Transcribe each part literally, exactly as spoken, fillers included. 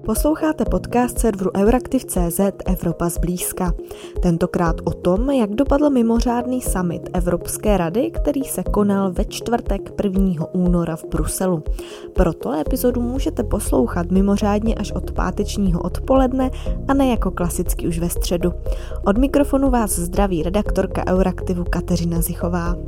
Posloucháte podcast serveru Euraktiv tečka cé zet Evropa zblízka. Tentokrát o tom, jak dopadl mimořádný summit Evropské rady, který se konal ve čtvrtek prvního února v Bruselu. Proto epizodu můžete poslouchat mimořádně až od pátečního odpoledne a ne jako klasicky už ve středu. Od mikrofonu vás zdraví redaktorka Euraktivu Kateřina Zichová.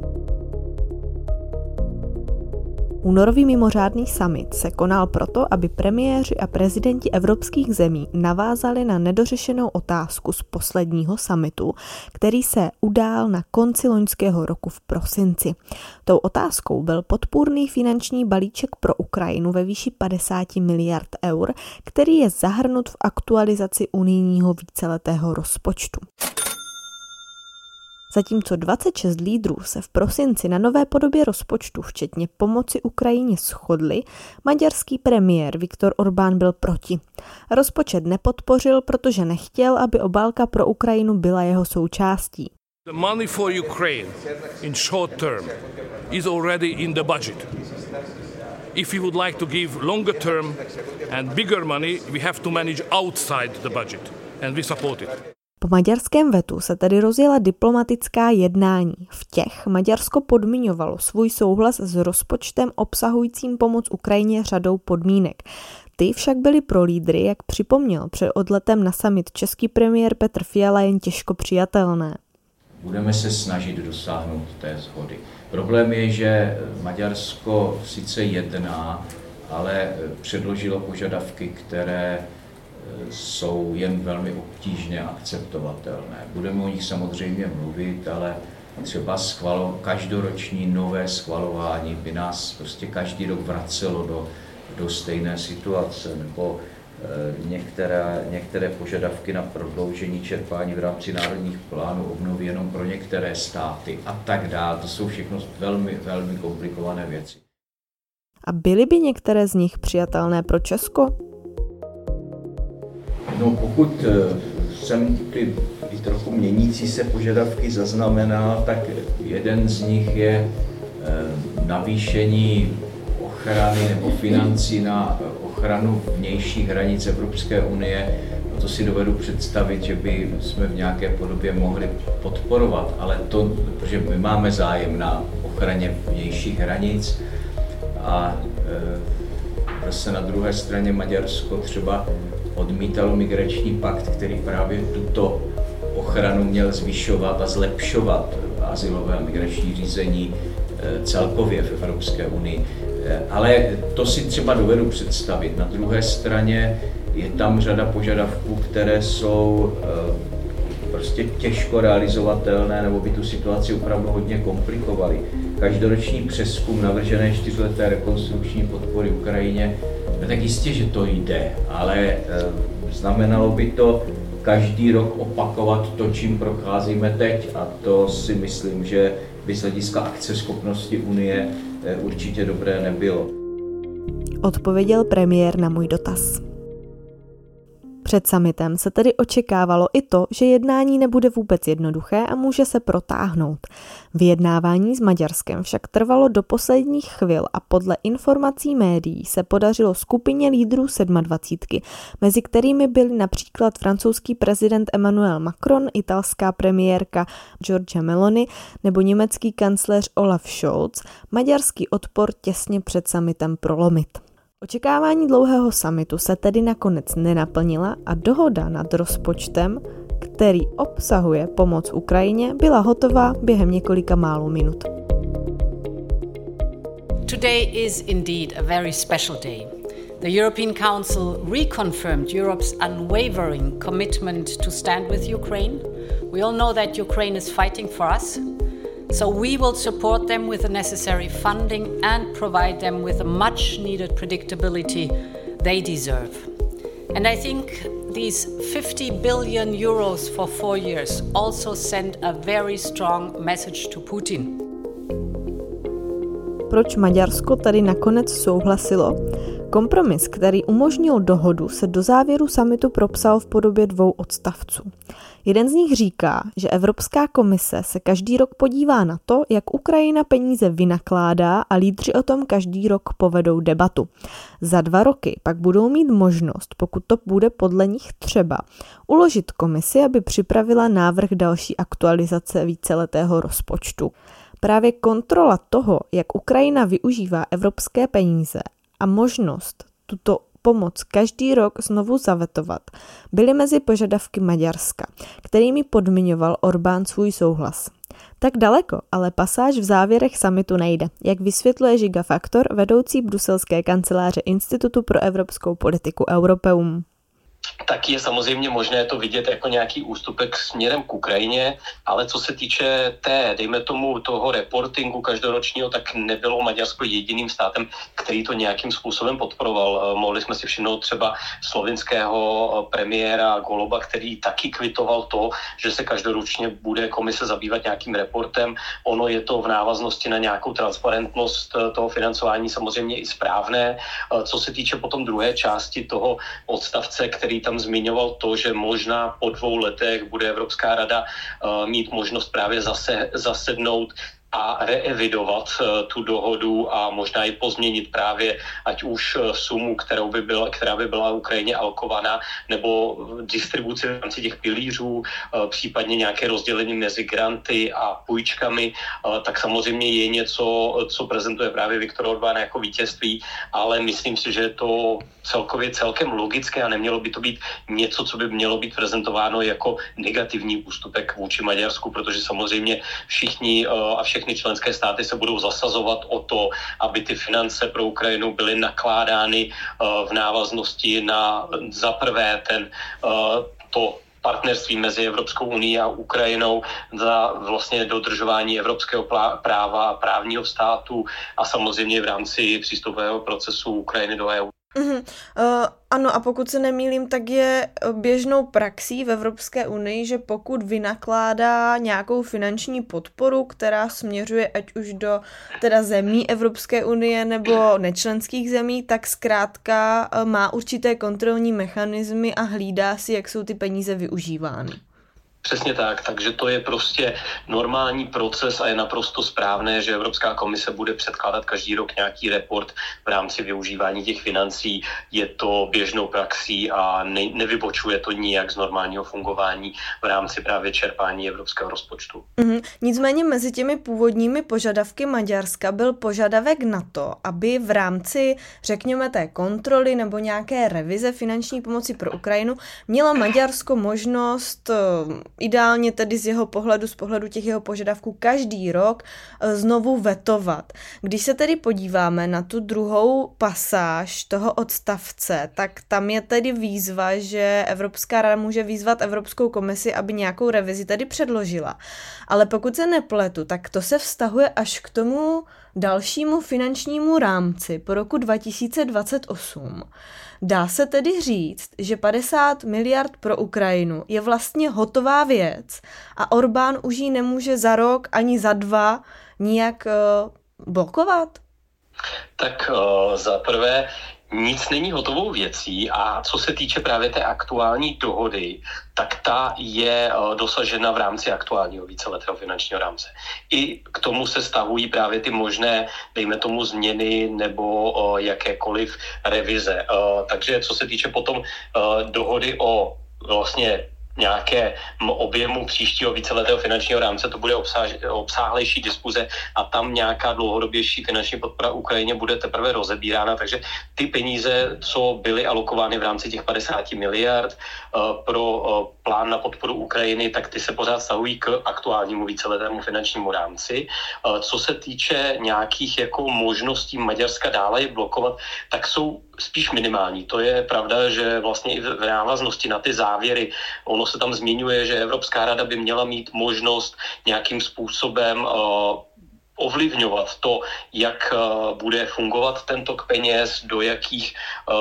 Únorový mimořádný summit se konal proto, aby premiéři a prezidenti evropských zemí navázali na nedořešenou otázku z posledního summitu, který se udál na konci loňského roku v prosinci. Tou otázkou byl podpůrný finanční balíček pro Ukrajinu ve výši padesát miliard eur, který je zahrnut v aktualizaci unijního víceletého rozpočtu. Zatímco dvacet šest lídrů se v prosinci na nové podobě rozpočtu včetně pomoci Ukrajině shodli, maďarský premiér Viktor Orbán byl proti. Rozpočet nepodpořil, protože nechtěl, aby obálka pro Ukrajinu byla jeho součástí. The money for Ukraine in short term is already in the budget. If we would like to give longer term and bigger money, we have to manage outside the budget and we support it. Po maďarském vetu se tedy rozjela diplomatická jednání. V těch Maďarsko podmiňovalo svůj souhlas s rozpočtem obsahujícím pomoc Ukrajině řadou podmínek. Ty však byly pro lídry, jak připomněl před odletem na summit český premiér Petr Fiala, jen těžko přijatelné. Budeme se snažit dosáhnout té shody. Problém je, že Maďarsko sice jedná, ale předložilo požadavky, které jsou jen velmi obtížně akceptovatelné. Budeme o nich samozřejmě mluvit, ale třeba schvalo, každoroční nové schvalování by nás prostě každý rok vracelo do, do stejné situace, nebo e, některé, některé požadavky na prodloužení čerpání v rámci národních plánů obnovy jenom pro některé státy a tak dále. To jsou všechno velmi, velmi komplikované věci. A byly by některé z nich přijatelné pro Česko? No, pokud jsem ty trochu měnící se požadavky zaznamenal, tak jeden z nich je navýšení ochrany nebo financí na ochranu vnějších hranic Evropské unie. No to si dovedu představit, že by jsme v nějaké podobě mohli podporovat, ale to, protože my máme zájem na ochraně vnějších hranic a zase na druhé straně Maďarsko třeba odmítalo migrační pakt, který právě tuto ochranu měl zvyšovat a zlepšovat azylové a migrační řízení celkově v Evropské unii. Ale to si třeba dovedu představit. Na druhé straně je tam řada požadavků, které jsou prostě těžko realizovatelné nebo by tu situaci opravdu hodně komplikovaly. Každoroční přezkum navržené čtyřleté rekonstrukční podpory Ukrajině, no tak jistě, že to jde, ale e, znamenalo by to každý rok opakovat to, čím procházíme teď, a to si myslím, že by z hlediska akceschopnosti Unie e, určitě dobré nebylo. Odpověděl premiér na můj dotaz. Před summitem se tedy očekávalo i to, že jednání nebude vůbec jednoduché a může se protáhnout. Vyjednávání s Maďarskem však trvalo do posledních chvil a podle informací médií se podařilo skupině lídrů sedmadvacítky, mezi kterými byli například francouzský prezident Emmanuel Macron, italská premiérka Giorgia Meloni nebo německý kancléř Olaf Scholz, maďarský odpor těsně před summitem prolomit. Očekávání dlouhého summitu se tedy nakonec nenaplnila a dohoda nad rozpočtem, který obsahuje pomoc Ukrajině, byla hotová během několika málo minut. Today is indeed a very special day. The European Council reconfirmed Europe's unwavering commitment to stand with Ukraine. We all know that Ukraine is fighting for us. So we will support them with the necessary funding and provide them with the much needed predictability they deserve. And I think these fifty billion euros for four years also send a very strong message to Putin. proč Maďarsko tady nakonec souhlasilo? Kompromis, který umožnil dohodu, se do závěru summitu propsal v podobě dvou odstavců. Jeden z nich říká, že Evropská komise se každý rok podívá na to, jak Ukrajina peníze vynakládá a lídři o tom každý rok povedou debatu. Za dva roky pak budou mít možnost, pokud to bude podle nich třeba, uložit komisi, aby připravila návrh další aktualizace víceletého rozpočtu. Právě kontrola toho, jak Ukrajina využívá evropské peníze a možnost tuto pomoc každý rok znovu zavetovat, byly mezi požadavky Maďarska, kterými podmiňoval Orbán svůj souhlas. Tak daleko, ale pasáž v závěrech summitu nejde, jak vysvětluje Žiga Faktor, vedoucí bruselské kanceláře Institutu pro evropskou politiku Europeum. Tak je samozřejmě možné to vidět jako nějaký ústupek směrem k Ukrajině, ale co se týče té, dejme tomu, toho reportingu každoročního, tak nebylo Maďarsko jediným státem, který to nějakým způsobem podporoval. Mohli jsme si všimnout třeba slovinského premiéra Goloba, který taky kvitoval to, že se každoročně bude komise zabývat nějakým reportem. Ono je to v návaznosti na nějakou transparentnost toho financování samozřejmě i správné. Co se týče potom druhé části toho odstavce, který tam zmiňoval to, že možná po dvou letech bude Evropská rada uh, mít možnost právě zase zasednout a reevidovat uh, tu dohodu a možná i pozměnit právě ať už uh, sumu, kterou by byla, která by byla Ukrajině alokovaná, nebo distribuci v rámci těch pilířů, uh, případně nějaké rozdělení mezi granty a půjčkami, uh, tak samozřejmě je něco, co prezentuje právě Viktor Orbán jako vítězství, ale myslím si, že je to celkově celkem logické a nemělo by to být něco, co by mělo být prezentováno jako negativní ústupek vůči Maďarsku, protože samozřejmě všichni uh, a všechny všechny členské státy se budou zasazovat o to, aby ty finance pro Ukrajinu byly nakládány uh, v návaznosti na za prvé ten, uh, to partnerství mezi Evropskou unií a Ukrajinou, za vlastně dodržování evropského práva a právního státu a samozřejmě v rámci přístupového procesu Ukrajiny do E U. Mm-hmm. Uh, ano, a pokud se nemýlím, tak je běžnou praxí v Evropské unii, že pokud vynakládá nějakou finanční podporu, která směřuje ať už do teda zemí Evropské unie nebo nečlenských zemí, tak zkrátka má určité kontrolní mechanismy a hlídá si, jak jsou ty peníze využívány. Přesně tak, takže to je prostě normální proces a je naprosto správné, že Evropská komise bude předkládat každý rok nějaký report v rámci využívání těch financí. Je to běžnou praxí a ne, nevybočuje to nijak z normálního fungování v rámci právě čerpání evropského rozpočtu. Mm-hmm. Nicméně mezi těmi původními požadavky Maďarska byl požadavek na to, aby v rámci, řekněme, té kontroly nebo nějaké revize finanční pomoci pro Ukrajinu mělo Maďarsko možnost ideálně tedy z jeho pohledu, z pohledu těch jeho požadavků každý rok znovu vetovat. Když se tedy podíváme na tu druhou pasáž toho odstavce, tak tam je tedy výzva, že Evropská rada může vyzvat Evropskou komisi, aby nějakou revizi tedy předložila. Ale pokud se nepletu, tak to se vztahuje až k tomu dalšímu finančnímu rámci po roku dva tisíce dvacet osm. Dá se tedy říct, že padesát miliard pro Ukrajinu je vlastně hotová věc a Orbán už ji nemůže za rok ani za dva nijak uh, blokovat? Tak uh, za prvé nic není hotovou věcí a co se týče právě té aktuální dohody, tak ta je dosažena v rámci aktuálního víceletého finančního rámce. I k tomu se stahují právě ty možné, dejme tomu, změny nebo jakékoliv revize. Takže co se týče potom dohody o vlastně nějaké objemu příštího víceletého finančního rámce, to bude obsáž, obsáhlejší diskuze a tam nějaká dlouhodobější finanční podpora Ukrajině bude teprve rozebírána, takže ty peníze, co byly alokovány v rámci těch padesát miliard uh, pro uh, plán na podporu Ukrajiny, tak ty se pořád stahují k aktuálnímu víceletému finančnímu rámci. Uh, co se týče nějakých jako možností Maďarska dále je blokovat, tak jsou spíš minimální. To je pravda, že vlastně i v návaznosti na ty závěry, ono se tam zmiňuje, že Evropská rada by měla mít možnost nějakým způsobem uh, ovlivňovat to, jak bude fungovat ten tok peněz, do jakých,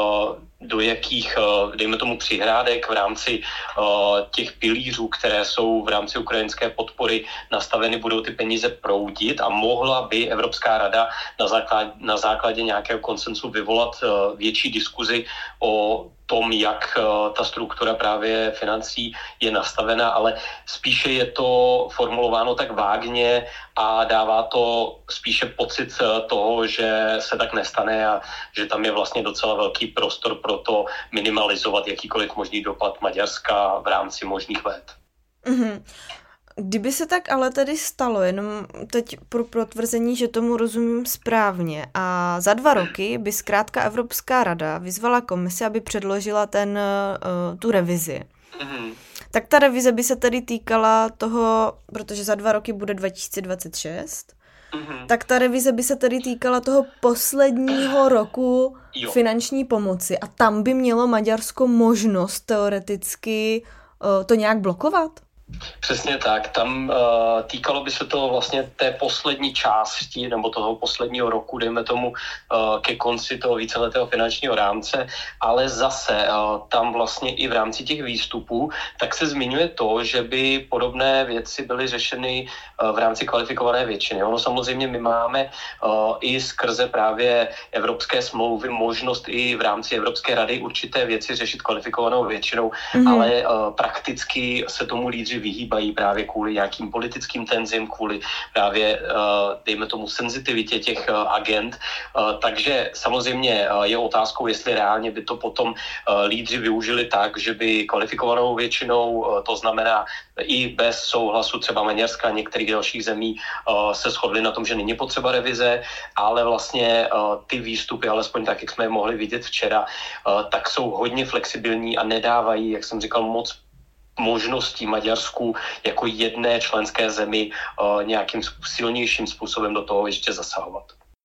do jakých, dejme tomu, přihrádek v rámci těch pilířů, které jsou v rámci ukrajinské podpory nastaveny, budou ty peníze proudit a mohla by Evropská rada na základě, na základě nějakého konsensu vyvolat větší diskuzi o tom, jak ta struktura právě financí je nastavena, ale spíše je to formulováno tak vágně a dává to spíše pocit toho, že se tak nestane a že tam je vlastně docela velký prostor pro to minimalizovat jakýkoliv možný dopad Maďarska v rámci možných let. Mm-hmm. Kdyby se tak ale tedy stalo, jenom teď pro potvrzení, že tomu rozumím správně, a za dva roky by zkrátka Evropská rada vyzvala komisi, aby předložila ten, tu revizi. Mm-hmm. Tak ta revize by se tedy týkala toho, protože za dva roky bude dva tisíce dvacet šest, mm-hmm. tak ta revize by se tedy týkala toho posledního roku jo. finanční pomoci a tam by mělo Maďarsko možnost teoreticky to nějak blokovat? Přesně tak, tam uh, týkalo by se to vlastně té poslední části nebo toho posledního roku, dejme tomu uh, ke konci toho víceletého finančního rámce, ale zase uh, tam vlastně i v rámci těch výstupů tak se zmiňuje to, že by podobné věci byly řešeny uh, v rámci kvalifikované většiny. Ono samozřejmě my máme uh, i skrze právě evropské smlouvy možnost i v rámci Evropské rady určité věci řešit kvalifikovanou většinou, mm-hmm. ale uh, prakticky se tomu lídři vyhýbají právě kvůli nějakým politickým tenzím, kvůli právě, dejme tomu, senzitivitě těch agent. Takže samozřejmě je otázkou, jestli reálně by to potom lídři využili tak, že by kvalifikovanou většinou, to znamená i bez souhlasu třeba Maďarska a některých dalších zemí, se shodli na tom, že není potřeba revize, ale vlastně ty výstupy, alespoň tak, jak jsme je mohli vidět včera, tak jsou hodně flexibilní a nedávají, jak jsem říkal, moc možností Maďarsku jako jedné členské zemi uh, nějakým silnějším způsobem do toho ještě zasahovat.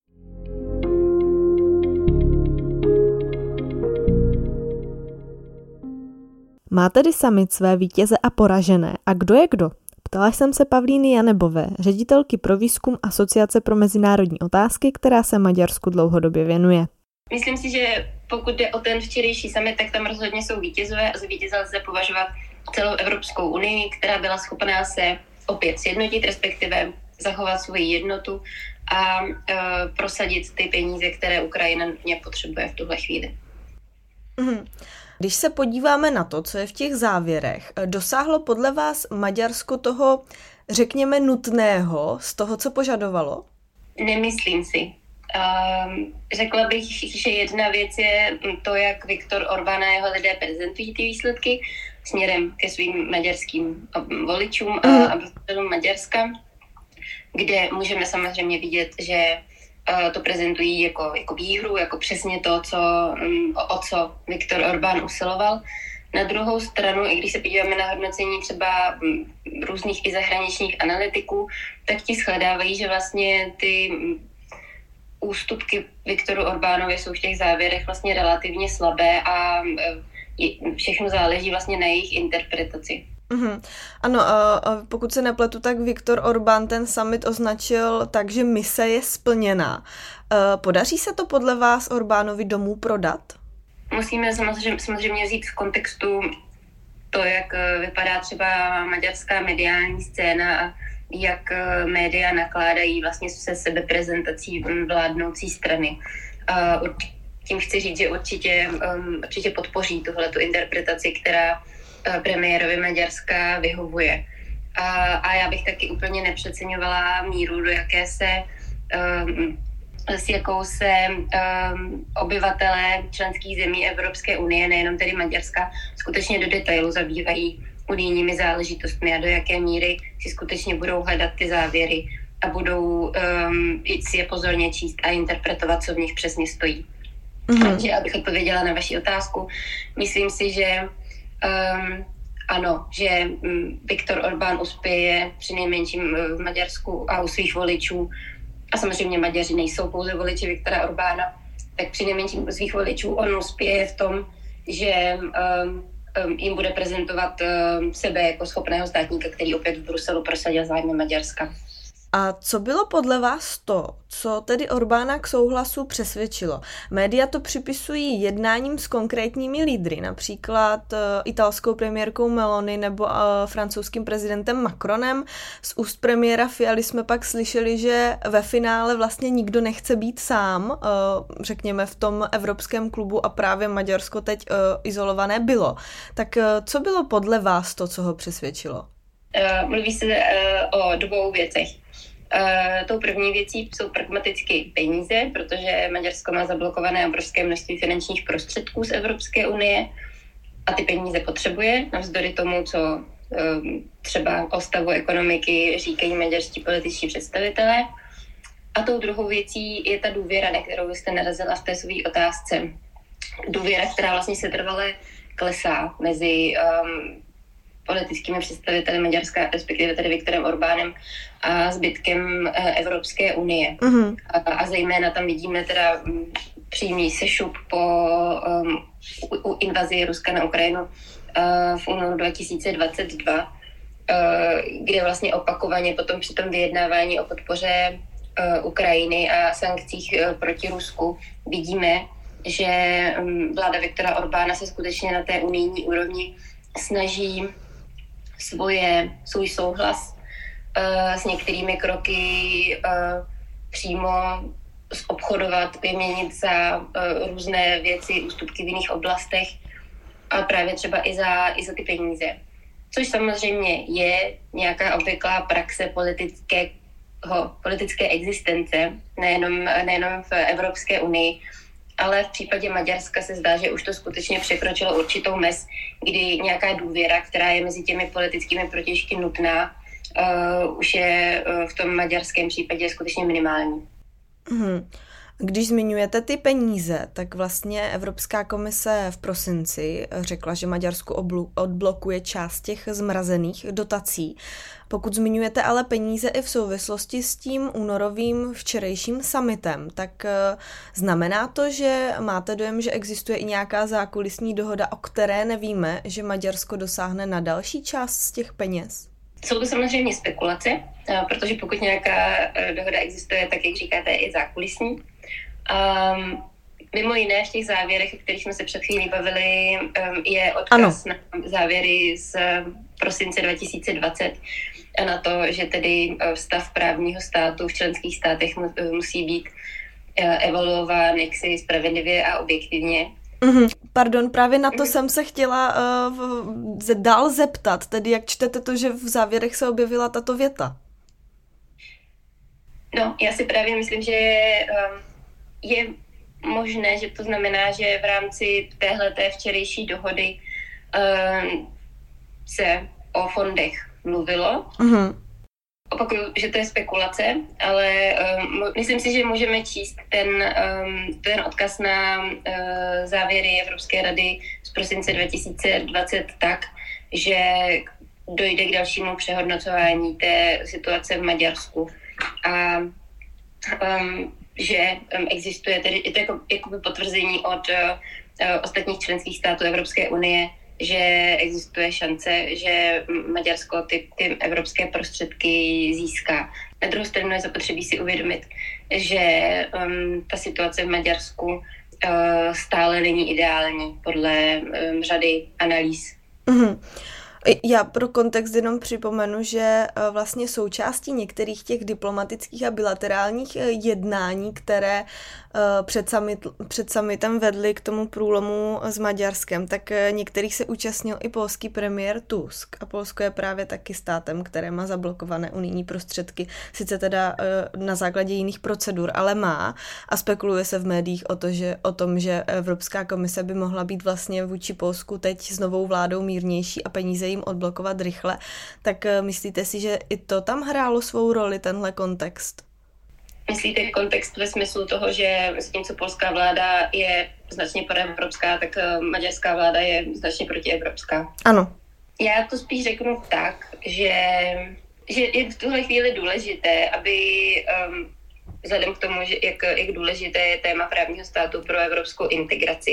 Má tedy summit své vítěze a poražené. A kdo je kdo? Ptala jsem se Pavlíny Janebové, ředitelky pro výzkum Asociace pro mezinárodní otázky, která se Maďarsku dlouhodobě věnuje. Myslím si, že pokud jde o ten včerejší summit, tak tam rozhodně jsou vítězové a za vítěze lze považovat celou Evropskou unii, která byla schopná se opět sjednotit, respektive zachovat svoji jednotu a e, prosadit ty peníze, které Ukrajina nutně potřebuje v tuhle chvíli. Mm. Když se podíváme na to, co je v těch závěrech, dosáhlo podle vás Maďarsko toho, řekněme, nutného z toho, co požadovalo? Nemyslím si. Um, řekla bych, že jedna věc je to, jak Viktor Orbán a jeho lidé prezentují ty výsledky směrem ke svým maďarským voličům a obyvatelům Maďarska, kde můžeme samozřejmě vidět, že uh, to prezentují jako, jako výhru, jako přesně to, co, um, o, o co Viktor Orbán usiloval. Na druhou stranu, i když se podíváme na hodnocení třeba um, různých i zahraničních analytiků, tak ti shledávají, že vlastně ty um, ústupky Viktoru Orbánovi jsou v těch závěrech vlastně relativně slabé a všechno záleží vlastně na jejich interpretaci. Mm-hmm. Ano, a, a pokud se nepletu, tak Viktor Orbán ten summit označil tak, že mise je splněná. Podaří se to podle vás Orbánovi domů prodat? Musíme samozřejmě, samozřejmě vzít v kontextu to, jak vypadá třeba maďarská mediální scéna a jak média nakládají vlastně se sebeprezentací vládnoucí strany. Tím chci říct, že určitě, určitě podpoří tuhletu interpretaci, která premiérovi Maďarska vyhovuje. A já bych taky úplně nepřeceňovala míru, do jaké se s jakou se um, obyvatelé členských zemí Evropské unie, nejenom tedy Maďarska, skutečně do detailu zabývají unijními záležitostmi a do jaké míry si skutečně budou hledat ty závěry a budou um, si je pozorně číst a interpretovat, co v nich přesně stojí. Mm-hmm. Takže abych odpověděla na vaši otázku, myslím si, že um, ano, že um, Viktor Orbán uspěje přinejmenším v Maďarsku a u svých voličů. A samozřejmě Maďaři nejsou pouze voliči Viktora Orbána, tak přinejmenším u svých voličů on uspěje v tom, že um, um, jim bude prezentovat um, sebe jako schopného státníka, který opět v Bruselu prosadil zájmy Maďarska. A co bylo podle vás to, co tedy Orbána k souhlasu přesvědčilo? Média to připisují jednáním s konkrétními lídry, například uh, italskou premiérkou Meloni nebo uh, francouzským prezidentem Macronem. Z úst premiéra Fialy jsme pak slyšeli, že ve finále vlastně nikdo nechce být sám, uh, řekněme v tom evropském klubu, a právě Maďarsko teď uh, izolované bylo. Tak uh, co bylo podle vás to, co ho přesvědčilo? Uh, mluví se uh, o dvou věcech. Uh, tou první věcí jsou pragmaticky peníze, protože Maďarsko má zablokované obrovské množství finančních prostředků z Evropské unie a ty peníze potřebuje, navzdory tomu, co um, třeba o stavu ekonomiky říkají maďarští političtí představitelé. A tou druhou věcí je ta důvěra, na kterou jste narazila v té své otázce. Důvěra, která vlastně se trvale klesá mezi um, politickými představiteli Maďarska, respektive tedy Viktorem Orbánem a zbytkem Evropské unie. Mm-hmm. A, a zejména tam vidíme teda přímý sešup po um, u, u invazi Ruska na Ukrajinu uh, v únoru dva tisíce dvacet dva, uh, kde vlastně opakovaně potom při tom vyjednávání o podpoře uh, Ukrajiny a sankcích uh, proti Rusku vidíme, že um, vláda Viktora Orbána se skutečně na té unijní úrovni snaží svoje, svůj souhlas uh, s některými kroky uh, přímo obchodovat, vyměnit za uh, různé věci, ústupky v jiných oblastech a právě třeba i za, i za ty peníze. Což samozřejmě je nějaká obvyklá praxe politického, politické existence, nejenom, nejenom v Evropské unii, ale v případě Maďarska se zdá, že už to skutečně překročilo určitou mez, kdy nějaká důvěra, která je mezi těmi politickými protějšky nutná, uh, už je uh, v tom maďarském případě skutečně minimální. Hmm. Když zmiňujete ty peníze, tak vlastně Evropská komise v prosinci řekla, že Maďarsku odblokuje část těch zmrazených dotací. Pokud zmiňujete ale peníze i v souvislosti s tím únorovým včerejším summitem, tak znamená to, že máte dojem, že existuje i nějaká zákulisní dohoda, o které nevíme, že Maďarsko dosáhne na další část z těch peněz? Jsou to samozřejmě spekulace, protože pokud nějaká dohoda existuje, tak jak říkáte, je zákulisní. Um, mimo jiné v těch závěrech, o kterých jsme se před chvílí bavili, um, je odkaz ano. na závěry z prosince dva tisíce dvacet a na to, že tedy stav právního státu v členských státech mu, musí být uh, evaluován jaksi spravedlivě a objektivně. Mm-hmm. Pardon, právě na to mm-hmm. jsem se chtěla uh, dál zeptat, tedy jak čtete to, že v závěrech se objevila tato věta? No, já si právě myslím, že um, je možné, že to znamená, že v rámci téhleté včerejší dohody um, se o fondech mluvilo. Mm-hmm. Opakuju, že to je spekulace, ale um, myslím si, že můžeme číst ten, um, ten odkaz na uh, závěry Evropské rady z prosince dva tisíce dvacet tak, že dojde k dalšímu přehodnocování té situace v Maďarsku. A um, že um, existuje tedy, je to jako, jakoby potvrzení od uh, ostatních členských států Evropské unie, že existuje šance, že Maďarsko ty, ty evropské prostředky získá. Na druhou stranu je zapotřebí si uvědomit, že um, ta situace v Maďarsku uh, stále není ideální podle um, řady analýz. Mm-hmm. Já pro kontext jenom připomenu, že vlastně součástí některých těch diplomatických a bilaterálních jednání, které před, summit, před summitem vedly k tomu průlomu s Maďarskem, tak některých se účastnil i polský premiér Tusk. A Polsko je právě taky státem, které má zablokované unijní prostředky, sice teda na základě jiných procedur, ale má. A spekuluje se v médiích o, to, že, o tom, že Evropská komise by mohla být vlastně vůči Polsku teď s novou vládou mírnější a peníze jim odblokovat rychle. Tak myslíte si, že i to tam hrálo svou roli, tenhle kontext? Myslíte kontext ve smyslu toho, že zatímco polská vláda je značně proevropská, tak maďarská vláda je značně protievropská? Ano. Já to spíš řeknu tak, že, že je v tuhle chvíli důležité, aby um, vzhledem k tomu, že jak, jak důležité je téma právního státu pro evropskou integraci,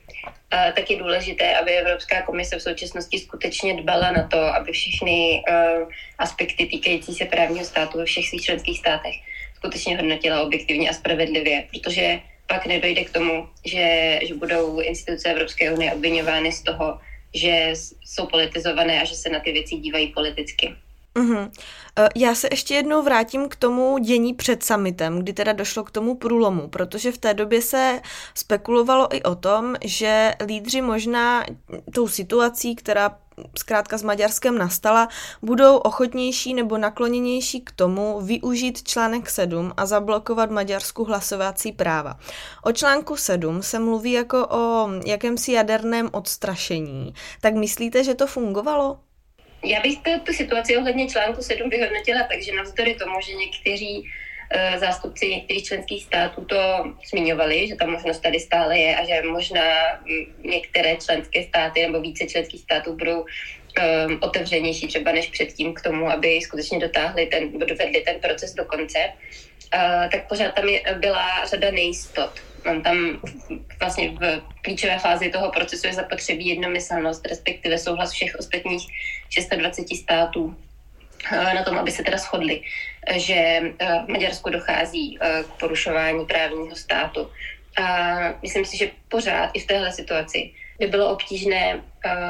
A tak je důležité, aby Evropská komise v současnosti skutečně dbala na to, aby všechny uh, aspekty týkající se právního státu ve všech svých členských státech skutečně hodnotila objektivně a spravedlivě, protože pak nedojde k tomu, že, že budou instituce Evropské unie obviňovány z toho, že jsou politizované a že se na ty věci dívají politicky. Uhum. Já se ještě jednou vrátím k tomu dění před summitem, kdy teda došlo k tomu průlomu, protože v té době se spekulovalo i o tom, že lídři možná tou situací, která zkrátka s Maďarskem nastala, budou ochotnější nebo nakloněnější k tomu využít článek sedm a zablokovat Maďarsku hlasovací práva. O článku sedm se mluví jako o jakémsi jaderném odstrašení. Tak myslíte, že to fungovalo? Já bych tu, tu situaci ohledně článku sedm vyhodnotila tak, že navzdory tomu, že někteří e, zástupci některých členských států to zmiňovali, že ta možnost tady stále je a že možná některé členské státy nebo více členských států budou e, otevřenější třeba než předtím k tomu, aby skutečně dotáhli ten, dovedli ten proces do konce, e, tak pořád tam je, byla řada nejistot. Mám tam vlastně v klíčové fázi toho procesu je zapotřebí jednomyslnost, respektive souhlas všech ostatních dvacet šest států na tom, aby se teda shodli, že v Maďarsku dochází k porušování právního státu. A myslím si, že pořád i v téhle situaci by bylo obtížné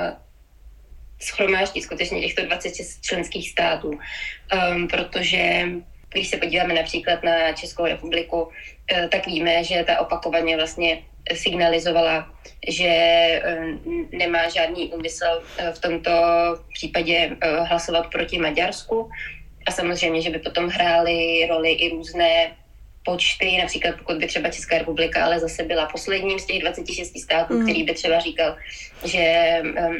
shromáždit skutečně těchto dvacet šest členských států, protože když se podíváme například na Českou republiku, tak víme, že ta opakovaně vlastně signalizovala, že nemá žádný úmysl v tomto případě hlasovat proti Maďarsku. A samozřejmě, že by potom hrály roli i různé počty, například pokud by třeba Česká republika ale zase byla posledním z těch dvacet šest států, mm. který by třeba říkal, že,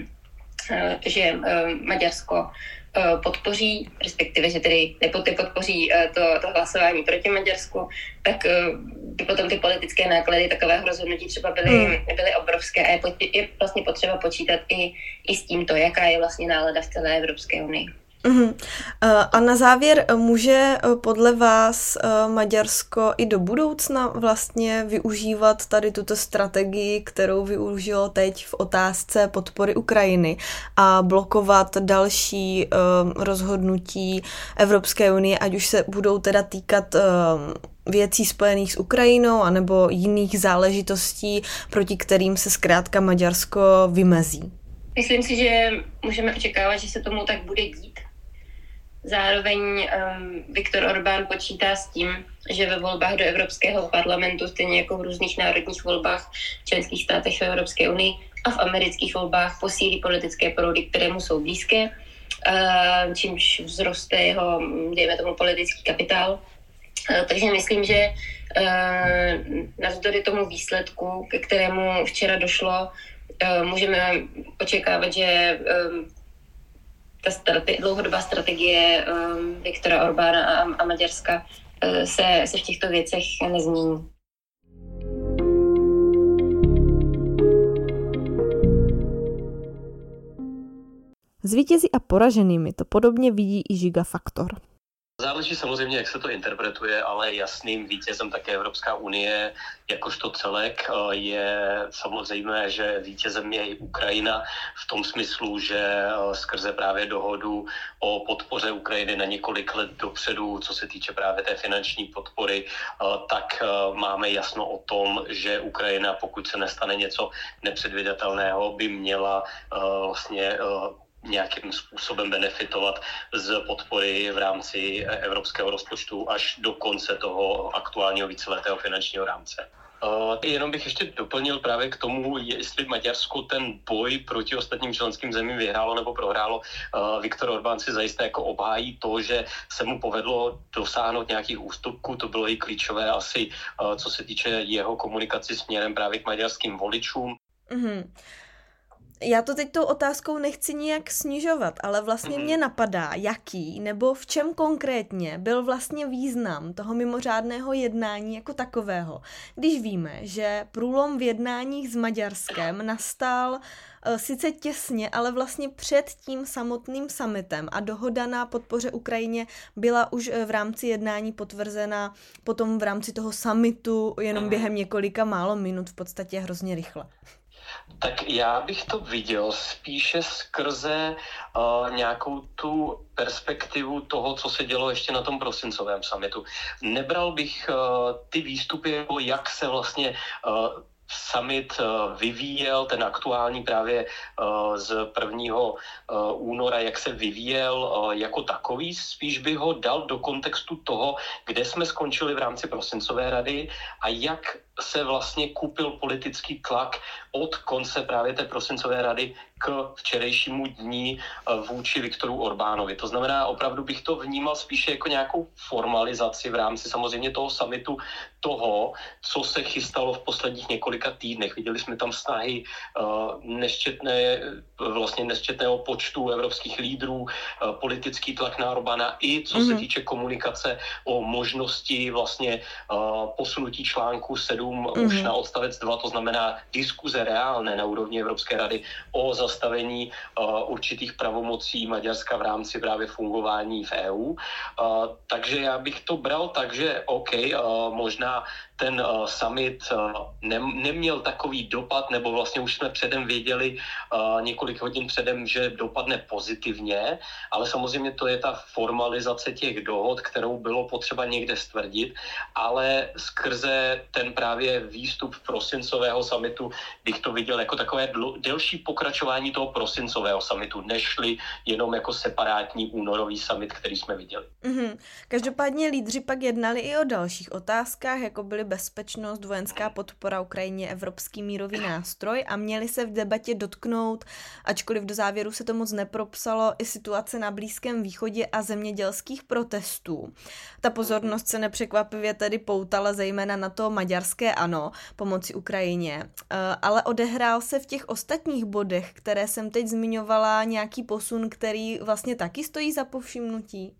že Maďarsko podpoří, respektive, že tedy nepodpoří to, to hlasování proti Maďarsku, tak by potom ty politické náklady takového rozhodnutí třeba byly, hmm. byly obrovské a je, je vlastně potřeba počítat i, i s tímto, jaká je vlastně nálada v celé Evropské unii. Uhum. A na závěr, může podle vás Maďarsko i do budoucna vlastně využívat tady tuto strategii, kterou využilo teď v otázce podpory Ukrajiny a blokovat další rozhodnutí Evropské unie, ať už se budou teda týkat věcí spojených s Ukrajinou anebo jiných záležitostí, proti kterým se zkrátka Maďarsko vymezí? Myslím si, že můžeme očekávat, že se tomu tak bude dít. Zároveň um, Viktor Orbán počítá s tím, že ve volbách do Evropského parlamentu, stejně jako v různých národních volbách v členských státech v Evropské unii a v amerických volbách posílí politické proudy, které mu jsou blízké, uh, čímž vzroste jeho, dejme tomu, politický kapitál. Uh, takže myslím, že uh, navzdory tomu výsledku, ke kterému včera došlo, uh, můžeme očekávat, že um, ta strate- dlouhodobá strategie um, Viktora Orbána a, a Maďarska uh, se, se v těchto věcech nezmění. S vítězi a poraženými to podobně vidí i Gigafaktor. Záleží samozřejmě, jak se to interpretuje, ale jasným vítězem také Evropská unie jakožto celek. Je samozřejmé, že vítězem je i Ukrajina v tom smyslu, že skrze právě dohodu o podpoře Ukrajiny na několik let dopředu, co se týče právě té finanční podpory, tak máme jasno o tom, že Ukrajina, pokud se nestane něco nepředvídatelného, by měla vlastně nějakým způsobem benefitovat z podpory v rámci evropského rozpočtu až do konce toho aktuálního víceletého finančního rámce. Uh, jenom bych ještě doplnil právě k tomu, jestli Maďarsko ten boj proti ostatním členským zemím vyhrálo nebo prohrálo. Uh, Viktor Orbán si zajisté jako obhájí to, že se mu povedlo dosáhnout nějakých ústupků. To bylo i klíčové asi, uh, co se týče jeho komunikaci směrem právě k maďarským voličům. Mm-hmm. Já to teď tou otázkou nechci nijak snižovat, ale vlastně mě napadá, jaký nebo v čem konkrétně byl vlastně význam toho mimořádného jednání jako takového, když víme, že průlom v jednáních s Maďarskem nastal uh, sice těsně, ale vlastně před tím samotným summitem a dohoda na podpoře Ukrajině byla už v rámci jednání potvrzena potom v rámci toho summitu jenom během několika málo minut, v podstatě hrozně rychle. Tak já bych to viděl spíše skrze uh, nějakou tu perspektivu toho, co se dělo ještě na tom prosincovém summitu. Nebral bych uh, ty výstupy, jak se vlastně uh, summit vyvíjel, ten aktuální právě z prvního února, jak se vyvíjel jako takový, spíš by ho dal do kontextu toho, kde jsme skončili v rámci prosincové rady a jak se vlastně kupil politický tlak od konce právě té prosincové rady k včerejšímu dní vůči Viktoru Orbánovi. To znamená, opravdu bych to vnímal spíše jako nějakou formalizaci v rámci samozřejmě toho summitu toho, co se chystalo v posledních několika týdnech. Viděli jsme tam snahy uh, nesčetné, vlastně nesčetného počtu evropských lídrů, uh, politický tlak na Orbána i co mm-hmm. se týče komunikace o možnosti vlastně uh, posunutí článku sedm mm-hmm. už na odstavec dva, to znamená diskuze reálné na úrovni Evropské rady o zastavení uh, určitých pravomocí Maďarska v rámci právě fungování v E U. Uh, takže já bych to bral tak, že OK, uh, možná ten uh, summit uh, ne, neměl takový dopad, nebo vlastně už jsme předem věděli uh, několik hodin předem, že dopadne pozitivně, ale samozřejmě to je ta formalizace těch dohod, kterou bylo potřeba někde stvrdit, ale skrze ten právě výstup prosincového summitu bych to viděl jako takové dl- delší pokračování toho prosincového summitu, nežli jenom jako separátní únorový summit, který jsme viděli. Mm-hmm. Každopádně lídři pak jednali i o dalších otázkách, jako byly bezpečnost, vojenská podpora Ukrajině, evropský mírový nástroj a měli se v debatě dotknout, ačkoliv do závěru se to moc nepropsalo, i situace na Blízkém východě a zemědělských protestů. Ta pozornost se nepřekvapivě tedy poutala zejména na to maďarské ano, pomoci Ukrajině, ale odehrál se v těch ostatních bodech, které jsem teď zmiňovala, nějaký posun, který vlastně taky stojí za povšimnutí?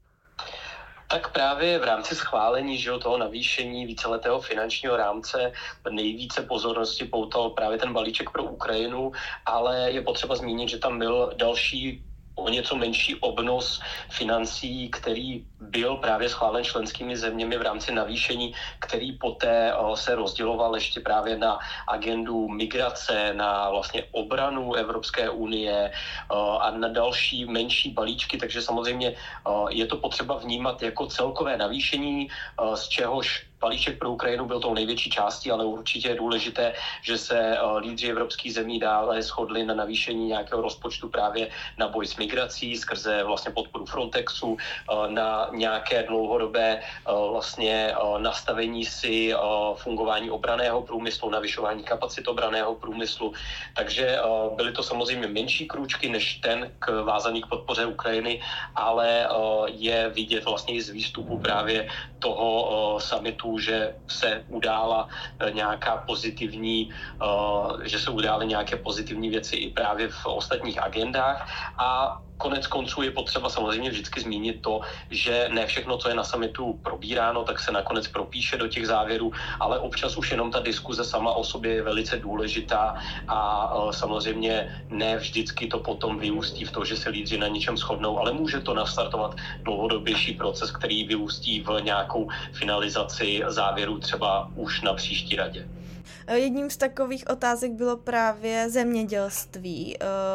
Tak právě v rámci schválení že, toho navýšení víceletého finančního rámce nejvíce pozornosti poutal právě ten balíček pro Ukrajinu, ale je potřeba zmínit, že tam byl další o něco menší obnos financí, který byl právě schválen členskými zeměmi v rámci navýšení, který poté se rozděloval ještě právě na agendu migrace, na vlastně obranu Evropské unie a na další menší balíčky, takže samozřejmě je to potřeba vnímat jako celkové navýšení, z čehož balíček pro Ukrajinu byl tou největší částí, ale určitě je důležité, že se lídři evropských zemí dále shodli na navýšení nějakého rozpočtu právě na boj s migrací skrze vlastně podporu Frontexu, na nějaké dlouhodobé vlastně nastavení si fungování obranného průmyslu, navyšování kapacit obranného průmyslu. Takže byly to samozřejmě menší krůčky než ten k vázaní k podpoře Ukrajiny, ale je vidět vlastně i z výstupu právě toho summitu, že se udála nějaká pozitivní, že se udály nějaké pozitivní věci i právě v ostatních agendách a konec konců je potřeba samozřejmě vždycky zmínit to, že ne všechno, co je na summitu probíráno, tak se nakonec propíše do těch závěrů, ale občas už jenom ta diskuze sama o sobě je velice důležitá a samozřejmě ne vždycky to potom vyústí v to, že se lídři na něčem shodnou, ale může to nastartovat dlouhodobější proces, který vyústí v nějakou finalizaci závěrů třeba už na příští radě. Jedním z takových otázek bylo právě zemědělství.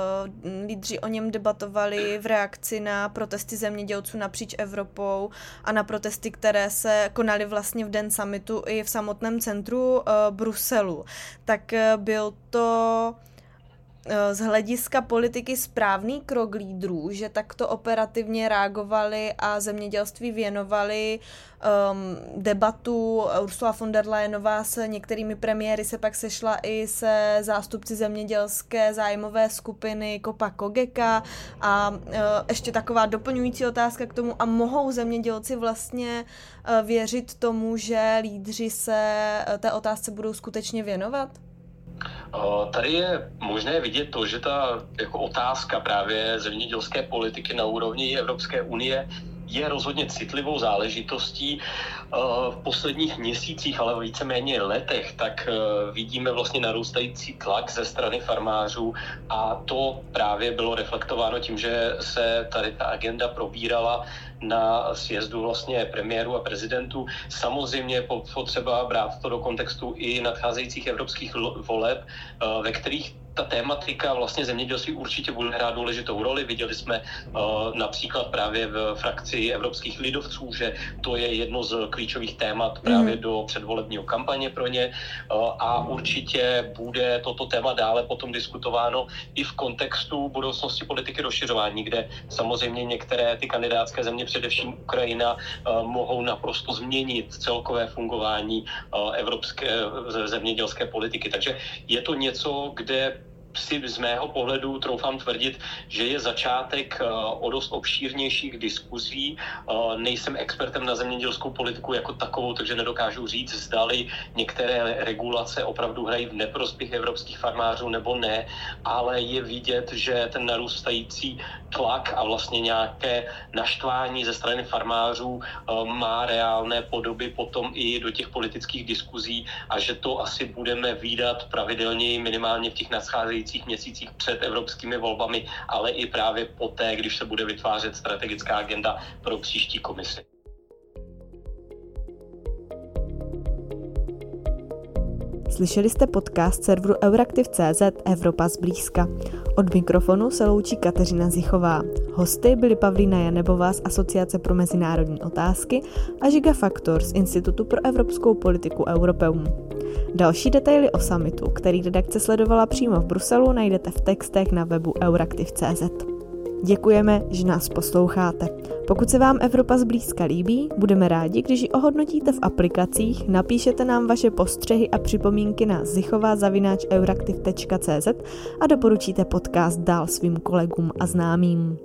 Lídři o něm debatovali v reakci na protesty zemědělců napříč Evropou a na protesty, které se konaly vlastně v den summitu i v samotném centru Bruselu. Tak byl to z hlediska politiky správný krok lídrů, že takto operativně reagovali a zemědělství věnovali um, debatu. Ursula von der Leyenová s některými premiéry se pak sešla i se zástupci zemědělské zájmové skupiny Copa Cogeca a uh, ještě taková doplňující otázka k tomu, a mohou zemědělci vlastně uh, věřit tomu, že lídři se uh, té otázce budou skutečně věnovat? Tady je možné vidět to, že ta jako otázka právě zemědělské politiky na úrovni Evropské unie je rozhodně citlivou záležitostí. V posledních měsících, ale víceméně letech, tak vidíme vlastně narůstající tlak ze strany farmářů a to právě bylo reflektováno tím, že se tady ta agenda probírala na sjezdu vlastně premiérů a prezidentů. Samozřejmě potřeba brát to do kontextu i nadcházejících evropských voleb, ve kterých ta tématika vlastně zemědělství určitě bude hrát důležitou roli. Viděli jsme uh, například právě v frakci evropských lidovců, že to je jedno z klíčových témat právě mm. do předvolebního kampaně pro ně uh, a určitě bude toto téma dále potom diskutováno i v kontextu budoucnosti politiky rozšiřování, kde samozřejmě některé ty kandidátské země, především Ukrajina, uh, mohou naprosto změnit celkové fungování uh, evropské zemědělské politiky. Takže je to něco, kde si z mého pohledu troufám tvrdit, že je začátek o dost obšírnějších diskuzí. Nejsem expertem na zemědělskou politiku jako takovou, takže nedokážu říct, zdali některé regulace opravdu hrají v neprospěch evropských farmářů nebo ne, ale je vidět, že ten narůstající tlak a vlastně nějaké naštvání ze strany farmářů má reálné podoby potom i do těch politických diskuzí a že to asi budeme vídat pravidelně minimálně v těch nadcházejících měsících před evropskými volbami, ale i právě poté, když se bude vytvářet strategická agenda pro příští komisi. Slyšeli jste podcast serveru Euraktiv tečka cé zet Evropa zblízka. Od mikrofonu se loučí Kateřina Zichová. Hosty byli Pavlína Janebová z Asociace pro mezinárodní otázky a Žiga Faktor z Institutu pro evropskou politiku Europeum. Další detaily o summitu, který redakce sledovala přímo v Bruselu, najdete v textech na webu Euraktiv tečka cé zet. Děkujeme, že nás posloucháte. Pokud se vám Evropa zblízka líbí, budeme rádi, když ji ohodnotíte v aplikacích, napíšete nám vaše postřehy a připomínky na zichová zavináč euraktiv tečka cé zet a doporučíte podcast dál svým kolegům a známým.